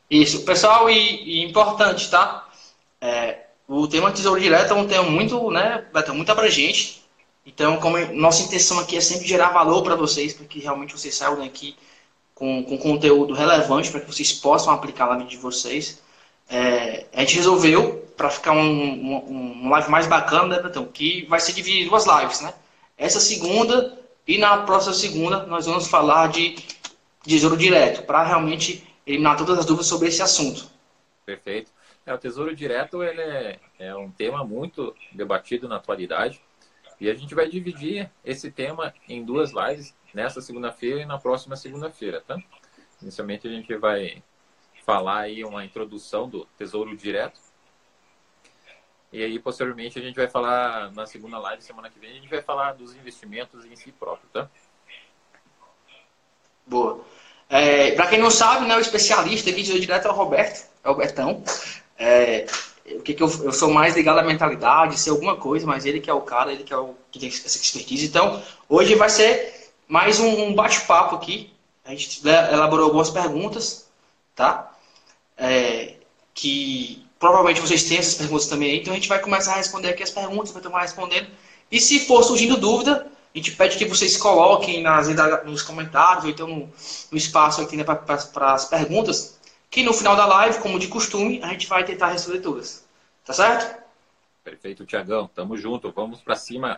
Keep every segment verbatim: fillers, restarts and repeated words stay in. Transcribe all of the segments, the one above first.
Isso, pessoal, e, e importante, tá? É, o tema Tesouro Direto é um tema muito, né, Betão, muito abrangente. Então, como é- nossa intenção aqui é sempre gerar valor para vocês, para que realmente vocês saiam daqui com, com conteúdo relevante, para que vocês possam aplicar na vida de vocês. É, a gente resolveu, para ficar um, um, um live mais bacana, né, Betão, que vai ser dividido em duas lives, né? Essa segunda e na próxima segunda nós vamos falar de Tesouro Direto, para realmente eliminar todas as dúvidas sobre esse assunto. Perfeito. É, o Tesouro Direto ele é, é um tema muito debatido na atualidade e a gente vai dividir esse tema em duas lives, nessa segunda-feira e na próxima segunda-feira, tá? Inicialmente a gente vai falar aí uma introdução do Tesouro Direto e aí posteriormente a gente vai falar na segunda live, semana que vem, a gente vai falar dos investimentos em si próprio, tá? Boa. É, para quem não sabe, né, o especialista aqui de Tesouro Direto é o Roberto, é o Betão. É, o que, que eu, eu sou mais ligado à mentalidade, ser alguma coisa, mas ele que é o cara, ele que é o que tem essa expertise. Então, hoje vai ser mais um, um bate-papo aqui. A gente elaborou algumas perguntas, tá? É, que provavelmente vocês têm essas perguntas também aí, então a gente vai começar a responder aqui as perguntas, vai tomar respondendo. E se for surgindo dúvida, a gente pede que vocês coloquem nas, nos comentários, ou então no, no espaço aqui, né, para as perguntas, que no final da live, como de costume, a gente vai tentar responder todas. Tá certo? Perfeito, Tiagão. Tamo junto. Vamos para cima.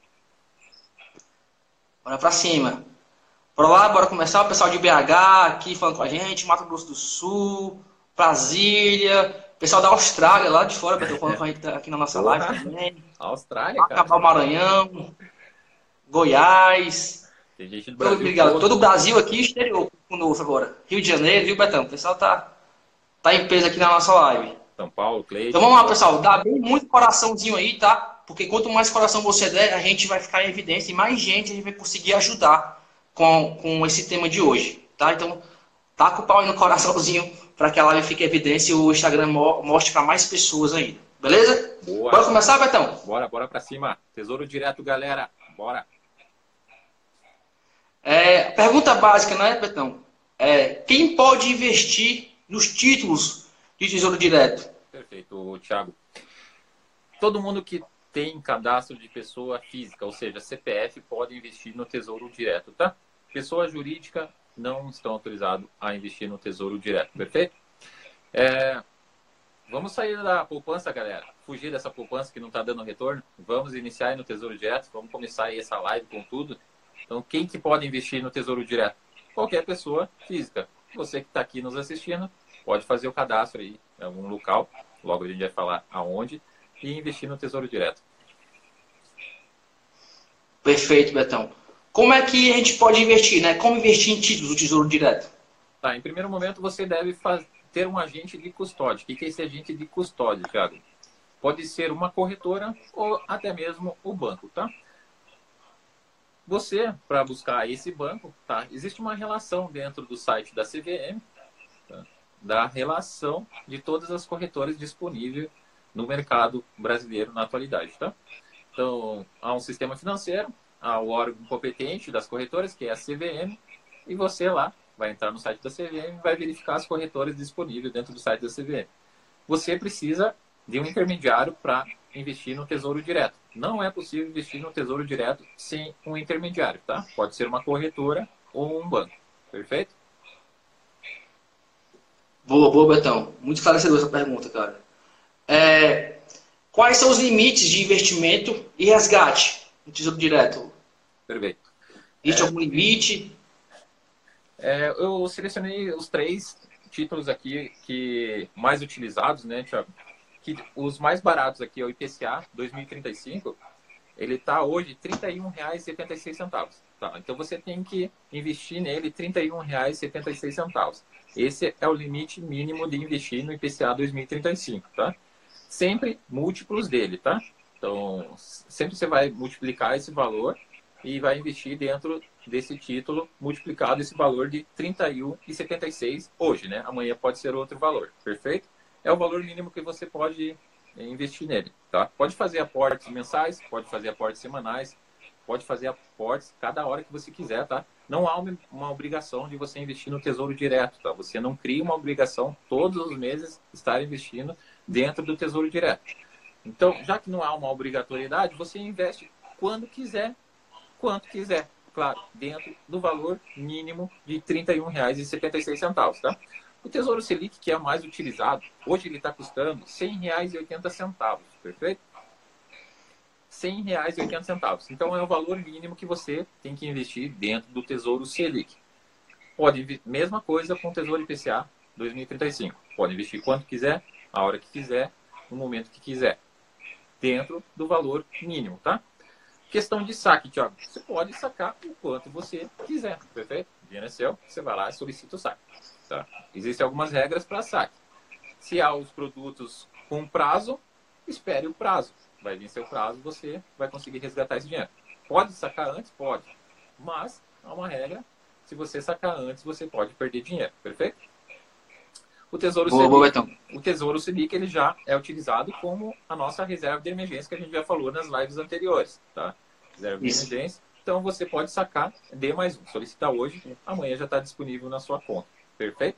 Bora pra cima. Bora lá, bora começar. O pessoal de B H aqui falando com a gente, Mato Grosso do Sul, Brasília, pessoal da Austrália, lá de fora, bateu falando com a gente aqui na nossa live Porra! também. Austrália, cara. Acabou Maranhão, Goiás. Tem gente do Todo, Brasil obrigado. todo. Todo o Brasil aqui exterior conosco agora. Rio de Janeiro, viu, Betão? O pessoal tá, tá em peso aqui na nossa live. São Paulo, Então Cleiton. vamos lá, pessoal. Dá bem muito coraçãozinho aí, tá? Porque quanto mais coração você der, a gente vai ficar em evidência e mais gente a gente vai conseguir ajudar com, com esse tema de hoje, tá? Então, taca o pau aí no coraçãozinho para que a live fique em evidência e o Instagram mostre para mais pessoas ainda. Beleza? Boa. Bora começar, Betão? Bora, bora pra cima. Tesouro Direto, galera. Bora. É, pergunta básica, né, Betão? É, quem pode investir nos títulos de Tesouro Direto? Perfeito, Thiago. Todo mundo que tem cadastro de pessoa física, ou seja, C P F, pode investir no Tesouro Direto, tá? Pessoa jurídica não estão autorizados a investir no Tesouro Direto, perfeito? É, vamos sair da poupança, galera. Fugir dessa poupança que não está dando retorno. Vamos iniciar aí no Tesouro Direto. Vamos começar aí essa live com tudo. Então, quem que pode investir no Tesouro Direto? Qualquer pessoa física. Você que está aqui nos assistindo, pode fazer o cadastro aí em algum local. Logo a gente vai falar aonde. E investir no Tesouro Direto. Perfeito, Betão. Como é que a gente pode investir, né? Como investir em títulos do Tesouro Direto? Tá, em primeiro momento você deve faz... ter um agente de custódia. O que é esse agente de custódia, Thiago? Pode ser uma corretora ou até mesmo o banco, tá? Você, para buscar esse banco, tá? Existe uma relação dentro do site da C V M, tá? Da relação de todas as corretoras disponíveis no mercado brasileiro na atualidade, tá? Então, há um sistema financeiro, há o órgão competente das corretoras, que é a C V M, e você lá vai entrar no site da C V M e vai verificar as corretoras disponíveis dentro do site da C V M. Você precisa de um intermediário para investir no Tesouro Direto. Não é possível investir no Tesouro Direto sem um intermediário, tá? Pode ser uma corretora ou um banco. Perfeito? Boa, boa, Betão. Muito esclarecedora essa pergunta, cara. É, quais são os limites de investimento e resgate no Tesouro Direto? Perfeito. Existe É, algum limite? é, eu selecionei os três títulos aqui que mais utilizados, né, Thiago? Que os mais baratos aqui é o I P C A dois mil e trinta e cinco. Ele está hoje R$ trinta e um reais e setenta e seis centavos. Tá? Então você tem que investir nele R$ trinta e um reais e setenta e seis centavos. Esse é o limite mínimo de investir no I P C A dois mil e trinta e cinco, tá? Sempre múltiplos dele, tá? Então, sempre você vai multiplicar esse valor e vai investir dentro desse título multiplicado esse valor de trinta e um reais e setenta e seis centavos hoje, né? Amanhã pode ser outro valor, perfeito? É o valor mínimo que você pode investir nele, tá? Pode fazer aportes mensais, pode fazer aportes semanais, pode fazer aportes cada hora que você quiser, tá? Não há uma, uma obrigação de você investir no Tesouro Direto, tá? Você não cria uma obrigação todos os meses estar investindo dentro do Tesouro Direto. Então, já que não há uma obrigatoriedade, você investe quando quiser, quanto quiser. Claro, dentro do valor mínimo de trinta e um reais e setenta e seis centavos, tá? O Tesouro Selic, que é o mais utilizado, hoje ele está custando cem reais e oitenta centavos, perfeito? cem reais e oitenta centavos. Então, é o valor mínimo que você tem que investir dentro do Tesouro Selic. Pode, mesma coisa com o Tesouro I P C A dois mil e trinta e cinco. Pode investir quanto quiser, a hora que quiser, no momento que quiser. Dentro do valor mínimo, tá? Questão de saque, Thiago. Você pode sacar o quanto você quiser, perfeito? O dinheiro é seu, você vai lá e solicita o saque. Tá? Existem algumas regras para saque. Se há os produtos com prazo, espere o prazo. Vai vencer o prazo, você vai conseguir resgatar esse dinheiro. Pode sacar antes? Pode. Mas há uma regra. Se você sacar antes, você pode perder dinheiro, perfeito? O Tesouro Boa, boa, Selic, Betão. o Tesouro Selic ele já é utilizado como a nossa reserva de emergência que a gente já falou nas lives anteriores, tá? Reserva de Isso. emergência. Então você pode sacar D mais um. Solicitar hoje, amanhã já está disponível na sua conta. Perfeito?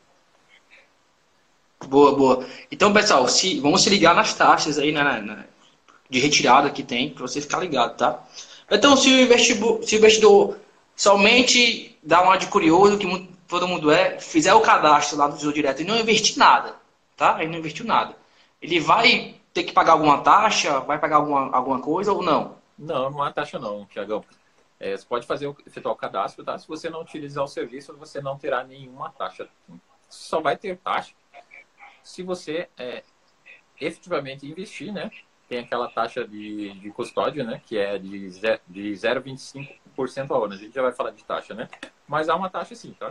Boa, boa. Então, pessoal, se, vamos se ligar nas taxas aí, né, na- na- de retirada que tem, para você ficar ligado, tá? Então, se o investidor, se o investidor somente dá uma de curioso, que mu- todo mundo é, fizer o cadastro lá do Tesouro Direto e não investir nada, tá? Ele não investiu nada. Ele vai ter que pagar alguma taxa, vai pagar alguma, alguma coisa ou não? Não, não há taxa não, Tiagão. É, você pode fazer o, efetuar o cadastro, tá? Se você não utilizar o serviço, você não terá nenhuma taxa. Só vai ter taxa se você é, efetivamente investir, né? Tem aquela taxa de, de custódia, né? Que é de, ze- de zero vírgula vinte e cinco por cento ao ano. A gente já vai falar de taxa, né? Mas há uma taxa sim, tá?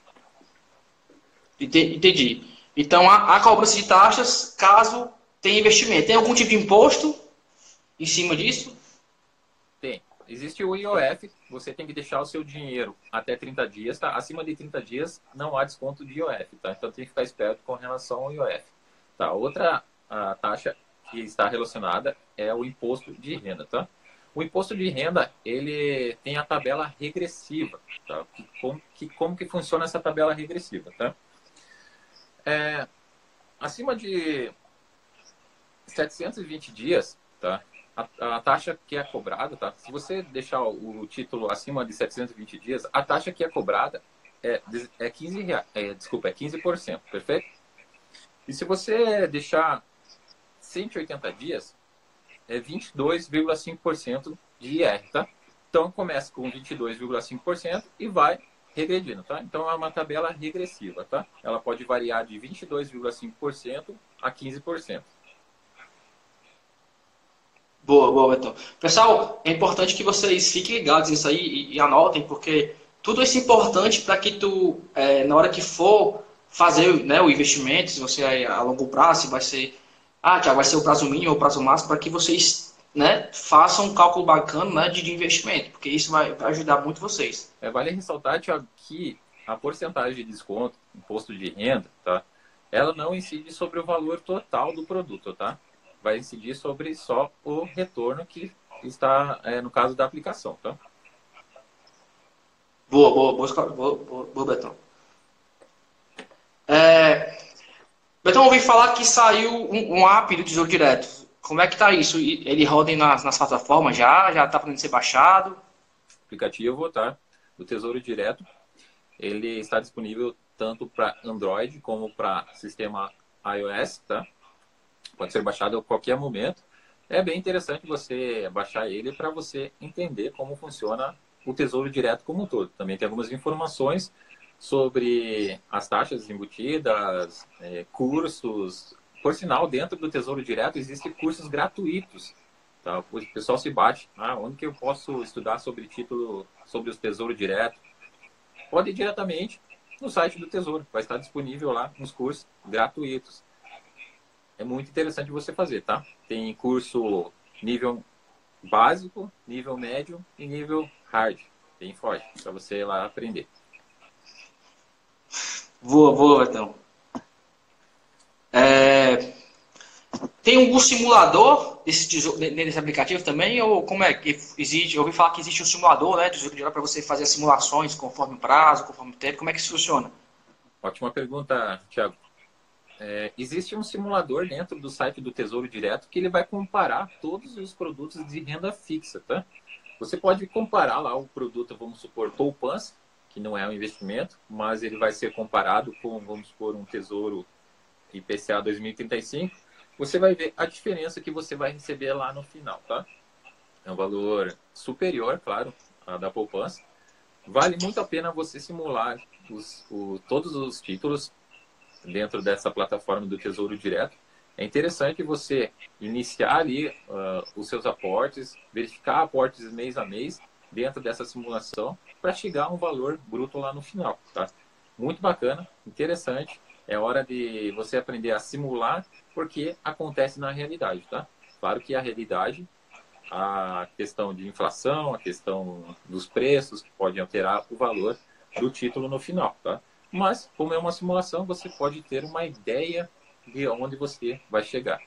Ente- Entendi. Então, há, há cobrança de taxas caso tenha investimento. Tem algum tipo de imposto em cima disso? Tem. Existe o I O F, você tem que deixar o seu dinheiro até trinta dias, tá? Acima de trinta dias não há desconto de I O F, tá? Então tem que ficar esperto com relação ao I O F. Tá? Outra a taxa que está relacionada é o imposto de renda, tá? O imposto de renda, ele tem a tabela regressiva, tá? Que, como, que, como que funciona essa tabela regressiva, tá? É, acima de setecentos e vinte dias, tá? A, a taxa que é cobrada, tá? Se você deixar o, o título acima de setecentos e vinte dias, a taxa que é cobrada é, é quinze reais, é, desculpa, é quinze por cento, perfeito? E se você deixar cento e oitenta dias, é vinte e dois vírgula cinco por cento de I R, tá? Então começa com vinte e dois vírgula cinco por cento e vai regredindo, tá? Então é uma tabela regressiva, tá? Ela pode variar de vinte e dois vírgula cinco por cento a quinze por cento. Boa, boa, Betão. Pessoal, é importante que vocês fiquem ligados nisso aí e, e anotem, porque tudo isso é importante para que tu, é, na hora que for fazer, né, o investimento, se você é a longo prazo, se vai ser, ah, Thiago, vai ser o prazo mínimo ou o prazo máximo, para que vocês, né, façam um cálculo bacana, né, de, de investimento, porque isso vai, vai ajudar muito vocês. É, vale ressaltar, Thiago, que a porcentagem de desconto, imposto de renda, tá? Ela não incide sobre o valor total do produto, tá? Vai incidir sobre só o retorno que está, é, no caso da aplicação, tá? Boa, boa, boa, escla- boa, boa, boa, Betão. É, Betão, eu ouvi falar que saiu um, um app do Tesouro Direto. Como é que tá isso? E- Ele roda aí nas, nas plataformas já? Já tá podendo ser baixado? Aplicativo, tá? Do Tesouro Direto, ele está disponível tanto para Android como para sistema iOS, tá? Pode ser baixado a qualquer momento. É bem interessante você baixar ele para você entender como funciona o Tesouro Direto como um todo. Também tem algumas informações sobre as taxas embutidas, é, cursos. Por sinal, dentro do Tesouro Direto existem cursos gratuitos. Tá? O pessoal se bate. Ah, onde que eu posso estudar sobre título, sobre os Tesouro Direto? Pode ir diretamente no site do Tesouro. Vai estar disponível lá uns cursos gratuitos. É muito interessante você fazer, tá? Tem curso nível básico, nível médio e nível hard. Bem forte, para você ir lá aprender. Boa, boa, Betão. É, tem algum simulador desse, tesouro, nesse aplicativo também? Ou como é que existe? Eu ouvi falar que existe um simulador, né, tesouro direto para você fazer as simulações conforme o prazo, conforme o tempo. Como é que isso funciona? Ótima pergunta, Thiago. É, existe um simulador dentro do site do Tesouro Direto que ele vai comparar todos os produtos de renda fixa, tá? Você pode comparar lá o produto, vamos supor, poupança, que não é um investimento, mas ele vai ser comparado com, vamos supor, um Tesouro I P C A dois mil e trinta e cinco. Você vai ver a diferença que você vai receber lá no final, tá? É um valor superior, claro, à da poupança. Vale muito a pena você simular os, o, todos os títulos dentro dessa plataforma do Tesouro Direto. É interessante você iniciar ali uh, os seus aportes, verificar aportes mês a mês dentro dessa simulação para chegar a um valor bruto lá no final, tá? Muito bacana, interessante. É hora de você aprender a simular porque acontece na realidade, tá? Claro que a realidade, a questão de inflação, a questão dos preços podem alterar o valor do título no final, tá? Mas, como é uma simulação, você pode ter uma ideia de onde você vai chegar.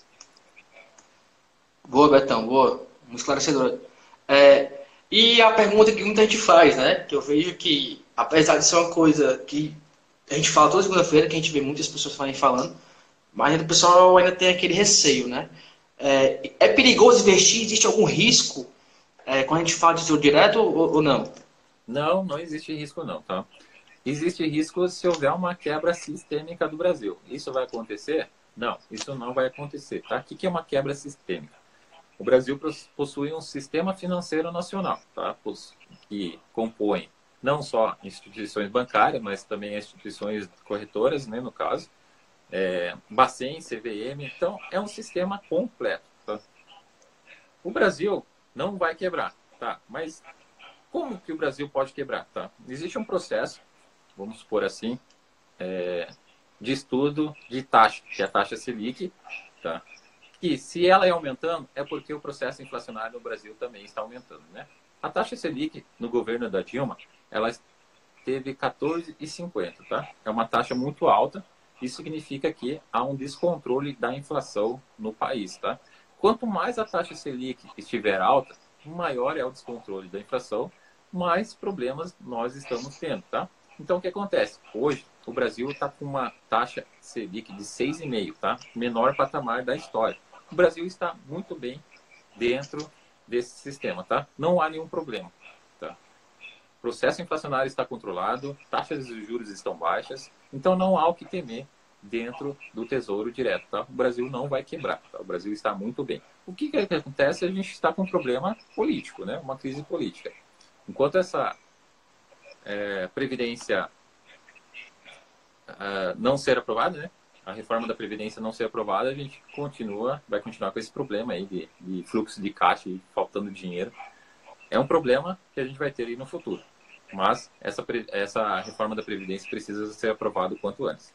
Boa, Betão, boa. Um esclarecedor. É, e a pergunta que muita gente faz, né? Que eu vejo que, apesar de ser uma coisa que a gente fala toda segunda-feira, que a gente vê muitas pessoas falando, mas o pessoal ainda tem aquele receio, né? É, é perigoso investir? Existe algum risco é, quando a gente fala de tesouro direto ou, ou não? Não, não existe risco não, tá? Existe risco se houver uma quebra sistêmica do Brasil. Isso vai acontecer? Não, isso não vai acontecer, tá? O que é uma quebra sistêmica? O Brasil possui um sistema financeiro nacional, tá? Que compõe não só instituições bancárias, mas também instituições corretoras, né, no caso, é, Bacen, C V M. Então, é um sistema completo, tá? O Brasil não vai quebrar, tá? Mas como que o Brasil pode quebrar, tá? Existe um processo, vamos supor assim, é, de estudo de taxa, que é a taxa Selic, tá? Que se ela é aumentando, é porque o processo inflacionário no Brasil também está aumentando, né? A taxa Selic, no governo da Dilma, ela teve quatorze vírgula cinquenta, tá? É uma taxa muito alta, isso significa que há um descontrole da inflação no país, tá? Quanto mais a taxa Selic estiver alta, maior é o descontrole da inflação, mais problemas nós estamos tendo, tá? Então, o que acontece? Hoje, o Brasil está com uma taxa Selic de seis vírgula cinco, tá? Menor patamar da história. O Brasil está muito bem dentro desse sistema, tá? Não há nenhum problema, tá? O processo inflacionário está controlado, taxas de juros estão baixas, então não há o que temer dentro do Tesouro Direto, tá? O Brasil não vai quebrar, tá? O Brasil está muito bem. O que, que acontece? A gente está com um problema político, né? Uma crise política. Enquanto essa é, previdência uh, não ser aprovada, né? A reforma da Previdência não ser aprovada, a gente continua, vai continuar com esse problema aí de, de fluxo de caixa e faltando dinheiro. É um problema que a gente vai ter aí no futuro. Mas essa, essa reforma da Previdência precisa ser aprovada o quanto antes.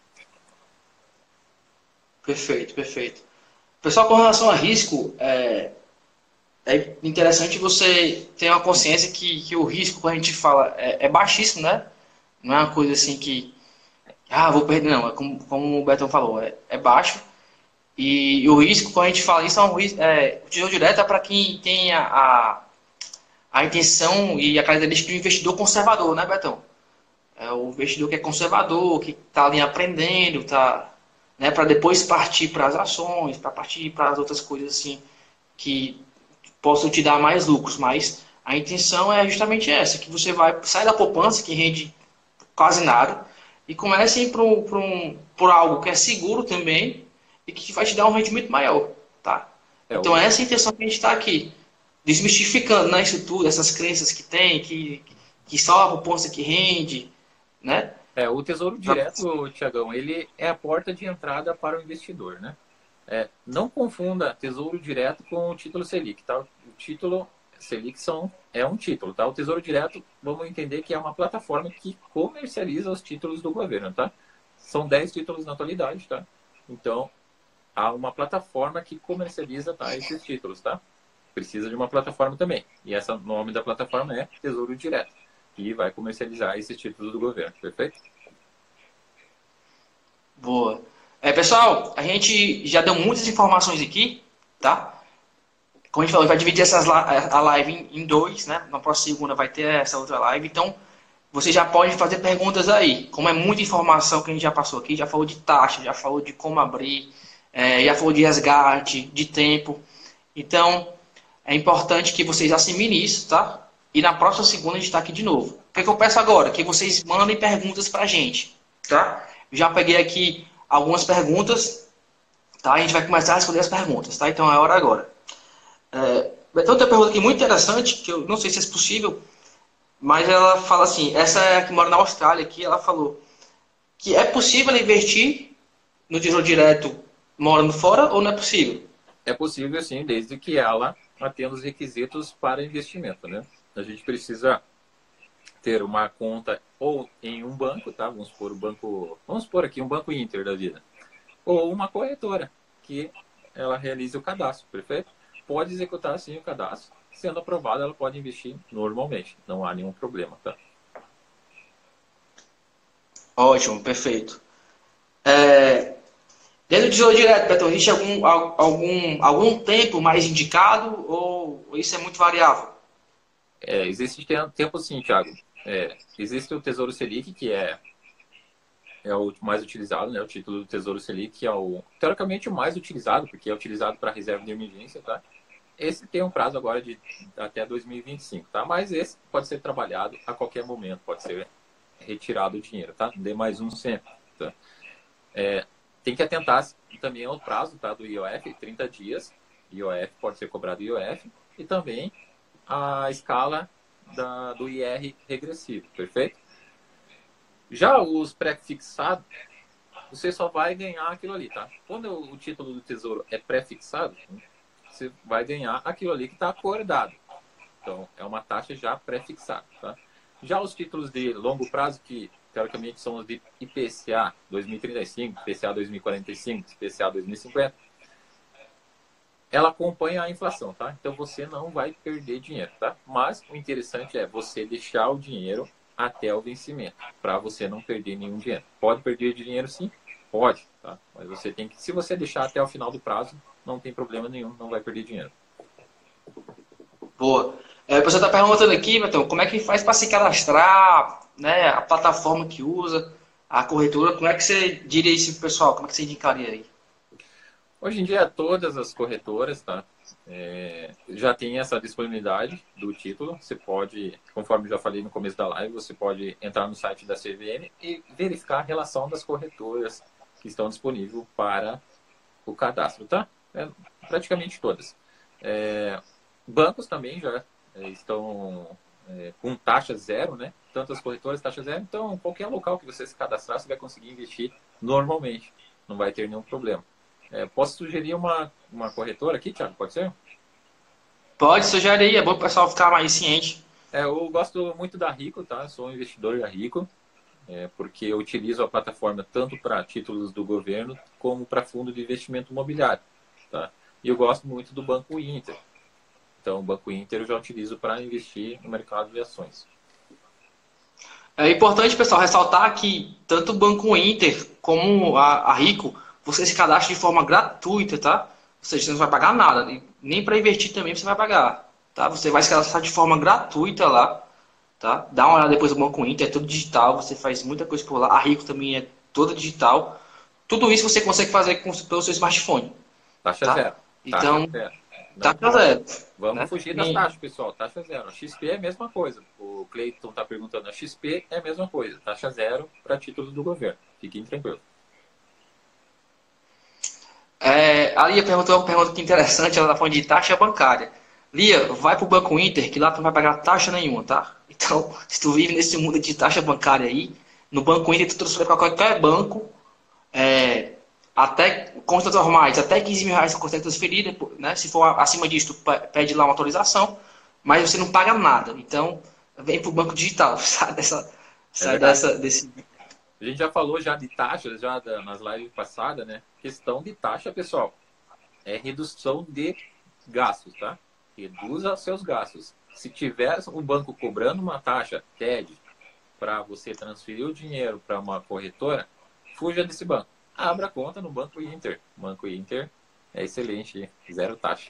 Perfeito, perfeito. Pessoal, com relação a risco, é, é interessante você ter uma consciência que, que o risco, quando a gente fala, é, é baixíssimo, né? Não é uma coisa assim que, ah, vou perder, não. É como, como o Betão falou, é, é baixo. E, e o risco, quando a gente fala isso, é um risco, é, o tesouro direto é para quem tem a, a, a intenção e a característica de um investidor conservador, né, Betão? É o investidor que é conservador, que está ali aprendendo, tá, né, para depois partir para as ações, para partir para as outras coisas assim que possam te dar mais lucros. Mas a intenção é justamente essa, que você vai sair da poupança, que rende quase nada, e comece a ir para um, por algo que é seguro também e que vai te dar um rendimento maior, tá? É, Então o, essa é a intenção que a gente está aqui, desmistificando, né, isso tudo, essas crenças que tem, que, que só a poupança que rende, né? é, o Tesouro Direto, Tiagão, ele é a porta de entrada para o investidor, né? É, não confunda Tesouro Direto com o título Selic, tá? O título Selic são, é um título, tá? O Tesouro Direto, vamos entender que é uma plataforma que comercializa os títulos do governo, tá? São dez títulos na atualidade, tá? Então, há uma plataforma que comercializa, tá, esses títulos, tá? Precisa de uma plataforma também. E esse nome da plataforma é Tesouro Direto, que vai comercializar esses títulos do governo, perfeito? Boa. É, pessoal, a gente já deu muitas informações aqui, tá? Como a gente falou, vai dividir essas, a live em, em dois, né? Na próxima segunda vai ter essa outra live. Então, você já pode fazer perguntas aí. Como é muita informação que a gente já passou aqui, já falou de taxa, já falou de como abrir, é, já falou de resgate, de tempo. Então, é importante que vocês assimilem isso, tá? E na próxima segunda a gente está aqui de novo. O que, é que eu peço agora? Que vocês mandem perguntas pra gente, tá? Já peguei aqui algumas perguntas, tá? A gente vai começar a responder as perguntas, tá? Então é hora agora. É, então tem uma pergunta aqui muito interessante, que eu não sei se é possível, mas ela fala assim, essa é a que mora na Austrália aqui, ela falou que é possível investir no Tesouro Direto morando fora ou não é possível? É possível, sim, desde que ela atenda os requisitos para investimento, né? A gente precisa ter uma conta ou em um banco, tá? Vamos supor o banco, vamos supor aqui um banco Inter da vida, ou uma corretora que ela realize o cadastro, perfeito? Pode executar sim o cadastro, sendo aprovada ela pode investir normalmente, não há nenhum problema, tá? Ótimo, perfeito. É, dentro do Tesouro Direto, Beto, existe algum, algum, algum tempo mais indicado ou isso é muito variável? É, existe tempo sim, Thiago. É, existe o Tesouro Selic, que é, é o mais utilizado, né? O título do Tesouro Selic, que é o, teoricamente, o mais utilizado, porque é utilizado para reserva de emergência, tá? Esse tem um prazo agora de até dois mil e vinte e cinco, tá? Mas esse pode ser trabalhado a qualquer momento, pode ser retirado o dinheiro, tá? Dê mais um sempre, tá? É, tem que atentar também ao prazo, tá? Do I O F, trinta dias. I O F pode ser cobrado I O F e também a escala da, do I R regressivo, perfeito? Já os pré-fixados, você só vai ganhar aquilo ali, tá? Quando o título do Tesouro é pré-fixado, você vai ganhar aquilo ali que está acordado. Então, é uma taxa já pré-fixada, tá? Já os títulos de longo prazo, que teoricamente são os de I P C A dois mil e trinta e cinco, I P C A dois mil e quarenta e cinco, I P C A dois mil e cinquenta, ela acompanha a inflação, tá? Então você não vai perder dinheiro, tá? Mas o interessante é você deixar o dinheiro até o vencimento, para você não perder nenhum dinheiro. Pode perder dinheiro sim? Pode, tá? Mas você tem que, se você deixar até o final do prazo, não tem problema nenhum, não vai perder dinheiro. Boa. É, a pessoa está perguntando aqui, Betão, como é que faz para se cadastrar, né? A plataforma que usa, a corretora, como é que você diria isso pro pessoal? Como é que você indicaria aí? Hoje em dia, todas as corretoras, tá? É, já tem essa disponibilidade do título. Você pode, conforme já falei no começo da live, você pode entrar no site da C V M e verificar a relação das corretoras que estão disponíveis para o cadastro, tá? É, praticamente todas. É, bancos também já é, estão é, com taxa zero, né? Tantas corretoras, taxa zero. Então, qualquer local que você se cadastrar, você vai conseguir investir normalmente. Não vai ter nenhum problema. É, posso sugerir uma, uma corretora aqui, Thiago? Pode ser? Pode sugerir, é bom para o pessoal ficar mais ciente. É, eu gosto muito da Rico, tá? Eu sou um investidor da Rico, é, porque eu utilizo a plataforma tanto para títulos do governo como para fundo de investimento imobiliário, tá? E eu gosto muito do Banco Inter. Então, o Banco Inter eu já utilizo para investir no mercado de ações. É importante, pessoal, ressaltar que tanto o Banco Inter como a, a Rico, você se cadastra de forma gratuita, tá? Ou seja, você não vai pagar nada. Nem para investir também você vai pagar, tá? Você vai se cadastrar de forma gratuita lá, tá? Dá uma olhada depois do Banco Inter, é tudo digital, você faz muita coisa por lá. A Rico também é toda digital. Tudo isso você consegue fazer com, pelo seu smartphone. Taxa Tá? zero. Então, taxa zero. taxa zero. Vamos Né? fugir das E, taxas, pessoal. Taxa zero. A X P é a mesma coisa. O Cleiton está perguntando. A X P é a mesma coisa. Taxa zero para títulos do governo. Fiquem tranquilos. é, a Lia perguntou uma pergunta que interessante, ela está falando de taxa bancária. Lia, vai pro Banco Inter, que lá tu não vai pagar taxa nenhuma, tá? Então, se tu vive nesse mundo de taxa bancária aí, no Banco Inter tu transfere para qualquer banco, é, até contas normais, até quinze mil reais você consegue transferir, né? Se for acima disso, tu pede lá uma autorização, mas você não paga nada. Então, vem pro banco digital, sai dessa, sai É dessa, desse... A gente já falou já de taxas, já da, nas lives passadas, né? Questão de taxa, pessoal, é redução de gastos, tá? Reduza seus gastos. Se tiver um banco cobrando uma taxa T E D para você transferir o dinheiro para uma corretora, fuja desse banco. abra conta no Banco Inter. Banco Inter é excelente, zero taxa.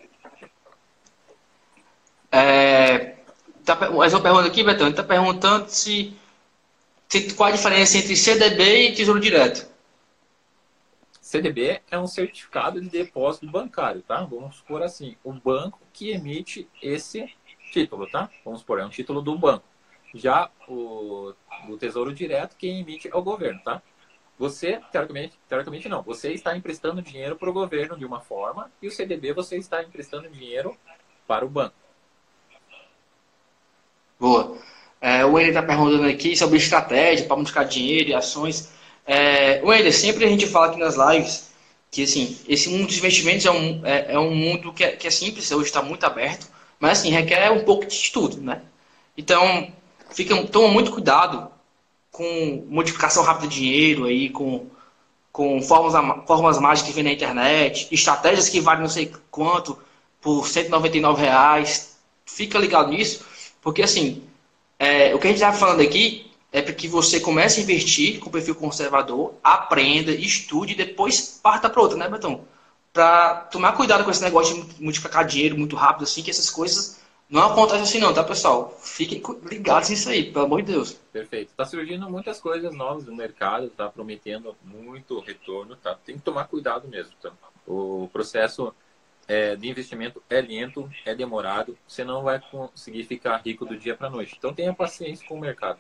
É, tá, mais uma pergunta aqui, Betão. Ele está perguntando se, se qual a diferença entre C D B e Tesouro Direto. C D B é um certificado de depósito bancário, tá? Vamos supor assim, o banco que emite esse título, tá? Vamos supor, é um título do banco. Já o, o Tesouro Direto, quem emite é o governo, tá? Você, teoricamente, teoricamente não, você está emprestando dinheiro para o governo de uma forma e o C D B você está emprestando dinheiro para o banco. Boa. É, o Wender está perguntando aqui sobre estratégia para buscar dinheiro e ações. É, Wender, sempre a gente fala aqui nas lives que assim, esse mundo dos investimentos é um, é, é um mundo que é, que é simples, hoje está muito aberto, mas assim, requer um pouco de estudo, né? Então, fica, toma muito cuidado com modificação rápida de dinheiro, aí, com, com formas, formas mágicas que vem na internet, estratégias que valem não sei quanto por cento e noventa e nove reais. Fica ligado nisso, porque assim, é, o que a gente está falando aqui é para que você comece a investir com perfil conservador, aprenda, estude e depois parta para outra, né, Betão? Para tomar cuidado com esse negócio de multiplicar dinheiro muito rápido, assim, que essas coisas não acontecem assim não, tá, pessoal? Fiquem ligados nisso aí, pelo amor de Deus. Perfeito. Está surgindo muitas coisas novas no mercado, está prometendo muito retorno, tá? Tem que tomar cuidado mesmo, tá? O processo é, de investimento é lento, é demorado, você não vai conseguir ficar rico do dia para a noite. Então tenha paciência com o mercado.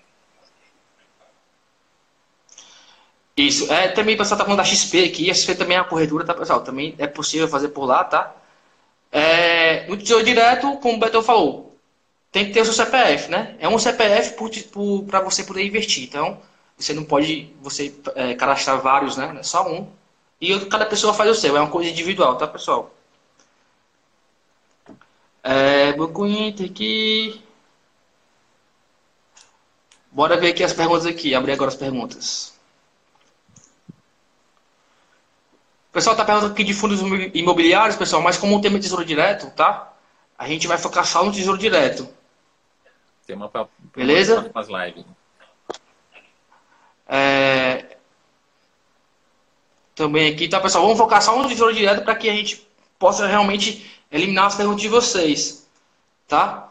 Isso. É, também o pessoal tá falando da X P aqui. A X P também é uma corretora, tá, pessoal? Também é possível fazer por lá, tá? É, no Tesouro Direto, como o Beto falou, tem que ter o seu C P F, né? É um C P F para você poder investir. Então, você não pode você é, cadastrar vários, né? É só um. E cada pessoa faz o seu. É uma coisa individual, tá, pessoal? É, Banco Inter aqui. Bora ver aqui as perguntas aqui. Abrir agora as perguntas. O pessoal está perguntando aqui de fundos imobiliários, pessoal, mas como o tema é Tesouro Direto, tá? A gente vai focar só no Tesouro Direto. Tem uma para beleza? umas lives. É... Também aqui, tá, pessoal? Vamos focar só no Tesouro Direto para que a gente possa realmente eliminar as perguntas de vocês, tá?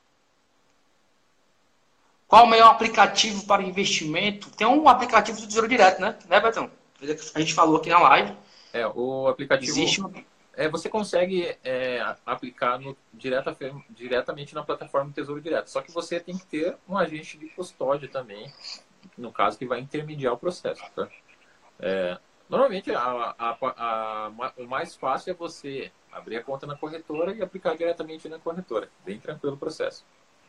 Qual o melhor aplicativo para investimento? Tem um aplicativo do Tesouro Direto, né? Né, Betão? A gente falou aqui na live. É, o aplicativo... Existe um... é, você consegue é, aplicar no, direta, diretamente na plataforma do Tesouro Direto. Só que você tem que ter um agente de custódia também, no caso, que vai intermediar o processo. Tá? É, normalmente, a, a, a, a, o mais fácil é você abrir a conta na corretora e aplicar diretamente na corretora. Bem tranquilo o processo.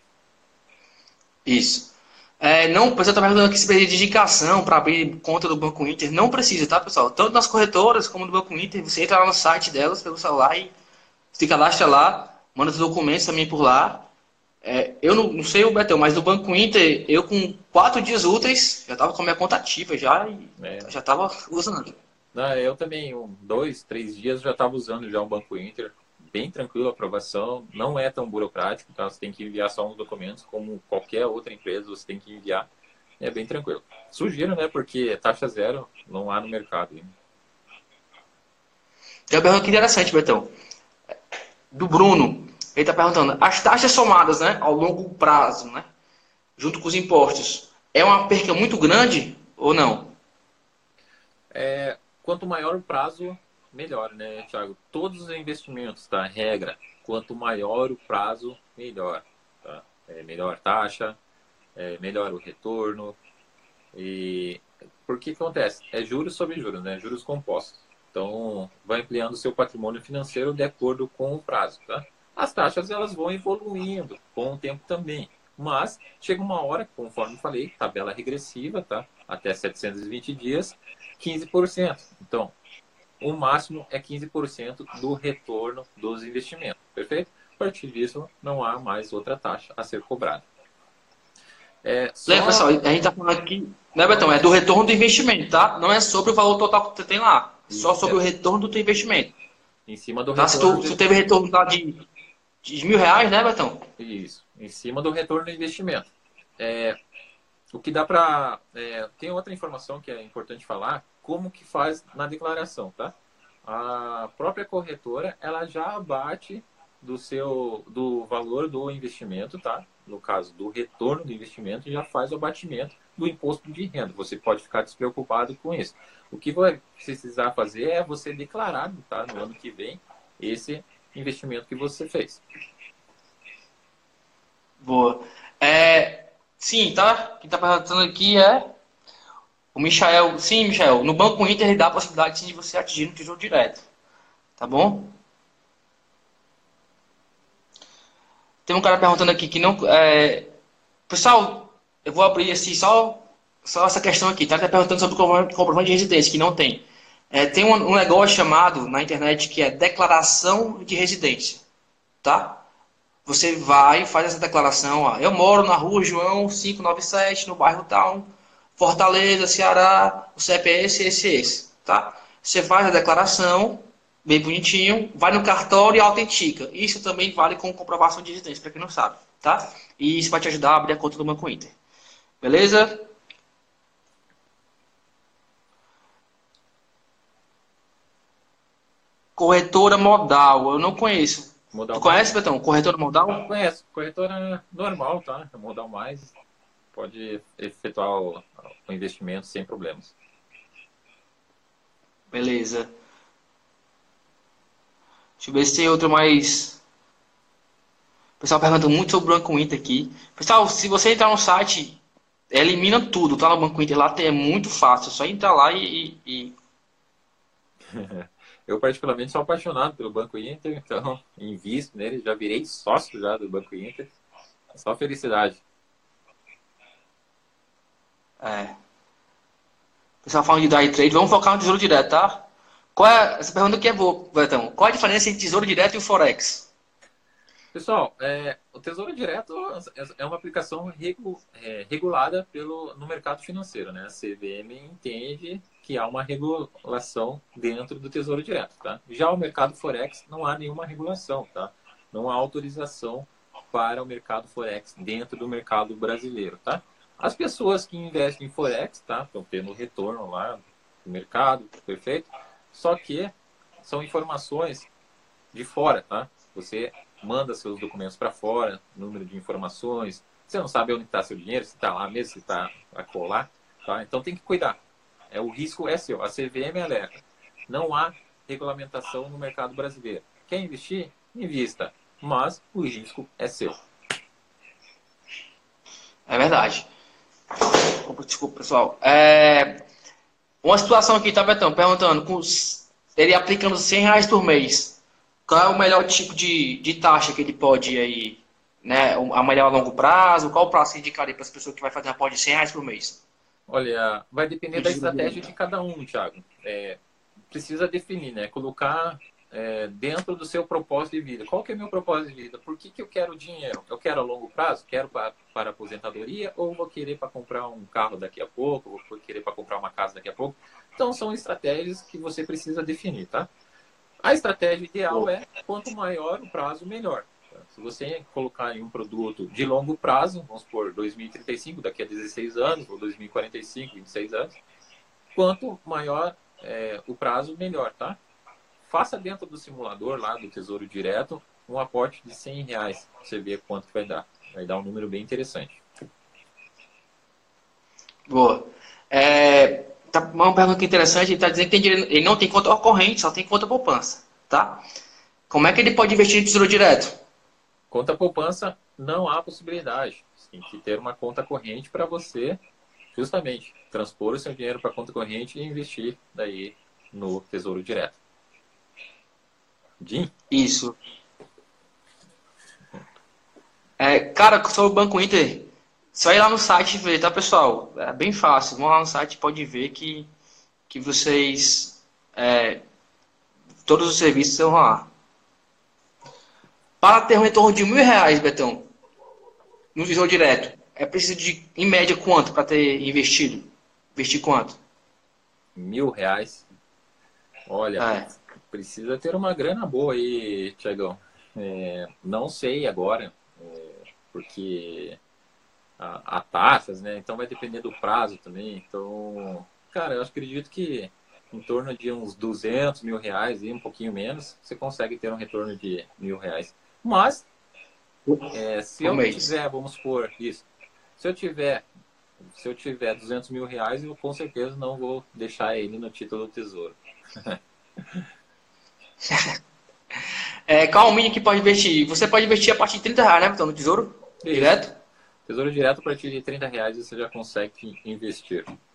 Isso. É, não, o pessoal está perguntando aqui se precisa de indicação para abrir conta do Banco Inter. Não precisa, tá, pessoal? Tanto nas corretoras como no Banco Inter, você entra lá no site delas pelo celular e se cadastra lá, manda os documentos também por lá. É, eu não, não sei o Betão, mas no Banco Inter, eu com quatro dias úteis, já estava com a minha conta ativa já e é. já estava usando. Não, eu também, um, dois, três dias já estava usando já o Banco Inter. Bem tranquilo a aprovação, não é tão burocrático, tá? Você tem que enviar só uns documentos, como qualquer outra empresa, você tem que enviar. É bem tranquilo. Sugiro, né? Porque taxa zero não há no mercado. Hein? Tem uma pergunta interessante, Betão. Do Bruno. Ele está perguntando, as taxas somadas, né, ao longo prazo, né, junto com os impostos, é uma perca muito grande ou não? É, quanto maior o prazo, melhor, né, Thiago? Todos os investimentos, tá? Regra, quanto maior o prazo, melhor. Tá? É melhor taxa, é melhor o retorno. E por que que acontece? É juros sobre juros, né? Juros compostos. Então, vai ampliando o seu patrimônio financeiro de acordo com o prazo, tá? As taxas, elas vão evoluindo com o tempo também. Mas, chega uma hora, conforme falei, tabela regressiva, tá? Até setecentos e vinte dias, quinze por cento. Então, o máximo é quinze por cento do retorno dos investimentos, perfeito? A partir disso, não há mais outra taxa a ser cobrada. É, só... Lembra, pessoal, a gente está falando aqui, né, Betão? É do retorno do investimento, tá? Não é sobre o valor total que você tem lá, é só sobre é. o retorno do teu investimento. Em cima do tá? retorno. Se tu, de... se tu teve retorno lá de, de mil reais, né, Betão? Isso, em cima do retorno do investimento. É, o que dá para... É, tem outra informação que é importante falar, como que faz na declaração, tá? A própria corretora, ela já abate do seu do valor do investimento, tá? No caso do retorno do investimento, já faz o abatimento do imposto de renda. Você pode ficar despreocupado com isso. O que vai precisar fazer é você declarar, tá? No ano que vem, esse investimento que você fez. Boa. É, sim, tá? Quem tá perguntando aqui é o Michael. Sim, Michael. No Banco Inter ele dá a possibilidade sim, de você atingir no Tesouro Direto. Tá bom? Tem um cara perguntando aqui que não. É... Pessoal, eu vou abrir assim só, só essa questão aqui. Tá? Ele tá perguntando sobre o comprovante comprovante de residência, que não tem. É, tem um, um negócio chamado na internet que é declaração de residência. Tá? Você vai e faz essa declaração. Ó, eu moro na rua João quinhentos e noventa e sete, no bairro tal, Fortaleza, Ceará, o C P F é esse, esse, esse. Tá? Você faz a declaração, bem bonitinho, vai no cartório e autentica. Isso também vale com comprovação de residência, para quem não sabe. Tá? E isso vai te ajudar a abrir a conta do Banco Inter. Beleza? Corretora modal, eu não conheço. Tu Modal conhece, mais? Betão? Corretora modal? Conheço. Corretora normal, tá? Modal mais. Pode efetuar o, o investimento sem problemas. Beleza. Deixa eu ver se tem outro mais. O pessoal pergunta muito sobre o Banco Inter aqui. Pessoal, se você entrar no site, elimina tudo, tá? No Banco Inter lá é muito fácil. É só entrar lá e, e- Eu, particularmente, sou apaixonado pelo Banco Inter, então invisto nele. Já virei sócio já do Banco Inter. É só felicidade. é. O pessoal fala de day trade, vamos focar no tesouro direto, tá? Qual é, essa pergunta aqui é boa, Betão. Qual a diferença entre tesouro direto e o Forex? Pessoal, é, o Tesouro Direto é uma aplicação regu, é, regulada pelo, no mercado financeiro, né? A C V M entende que há uma regulação dentro do Tesouro Direto, tá? Já o mercado Forex não há nenhuma regulação, tá? Não há autorização para o mercado Forex dentro do mercado brasileiro, tá? As pessoas que investem em Forex, tá? Estão tendo retorno lá no mercado, perfeito? Só que são informações de fora, tá? Você manda seus documentos para fora, número de informações, você não sabe onde está seu dinheiro, se está lá mesmo, se está a colar, tá? Então tem que cuidar. É, o risco é seu. A C V M alerta. Não há regulamentação no mercado brasileiro. Quer investir? Invista. Mas o risco é seu. É verdade. Opa, desculpa, pessoal. É, uma situação aqui, tá, Betão? Perguntando, com os- ele aplicando cem reais por mês, qual é o melhor tipo de, de taxa que ele pode ir aí, né? A melhor a longo prazo? Qual o prazo que indicaria para as pessoas que vai fazer uma aposta de cem reais por mês? Olha, vai depender No da tesouro estratégia direto. de cada um, Thiago. É, precisa definir, né? Colocar é, dentro do seu propósito de vida. Qual que é o meu propósito de vida? Por que, que eu quero dinheiro? Eu quero a longo prazo? Quero para, para aposentadoria? Ou vou querer para comprar um carro daqui a pouco? Ou vou querer para comprar uma casa daqui a pouco? Então, são estratégias que você precisa definir, tá? A estratégia ideal é quanto maior o prazo, melhor. Se você colocar em um produto de longo prazo, vamos supor dois mil e trinta e cinco, daqui a dezesseis anos, ou dois mil e quarenta e cinco, vinte e seis anos, quanto maior é, o prazo, melhor, tá? Faça dentro do simulador lá do Tesouro Direto um aporte de cem reais, pra você ver quanto que vai dar. Vai dar um número bem interessante. Boa. É, tá, uma pergunta aqui interessante, ele está dizendo que tem dinheiro- ele não tem conta corrente, só tem conta poupança, tá? Como é que ele pode investir em tesouro direto? Conta poupança, não há possibilidade. Você tem que ter uma conta corrente para você, justamente, transpor o seu dinheiro para a conta corrente e investir daí no Tesouro Direto. Jim? Isso. É, cara, sobre o Banco Inter, só ir lá no site e ver, tá, pessoal? É bem fácil. Vão lá no site e pode ver que, que vocês. é, todos os serviços estão lá. Para ter um retorno de mil reais, Betão, no Tesouro Direto, é preciso de, em média, quanto para ter investido? Investir quanto? Mil reais. Olha, pre- É, precisa ter uma grana boa aí, Tiagão. É, não sei agora, porque há, há taxas, né? Então vai depender do prazo também. Então, Cara, eu acredito que em torno de uns duzentos mil reais e um pouquinho menos, você consegue ter um retorno de mil reais. Mas, é, se Por eu mês. tiver, vamos supor, isso, se eu tiver, se eu tiver duzentos mil reais, eu com certeza não vou deixar ele no título do Tesouro. É, qual o mínimo que pode investir? Você pode investir a partir de trinta reais, né, então, no tesouro? Isso. Direto? Tesouro direto, a partir de trinta reais você já consegue investir.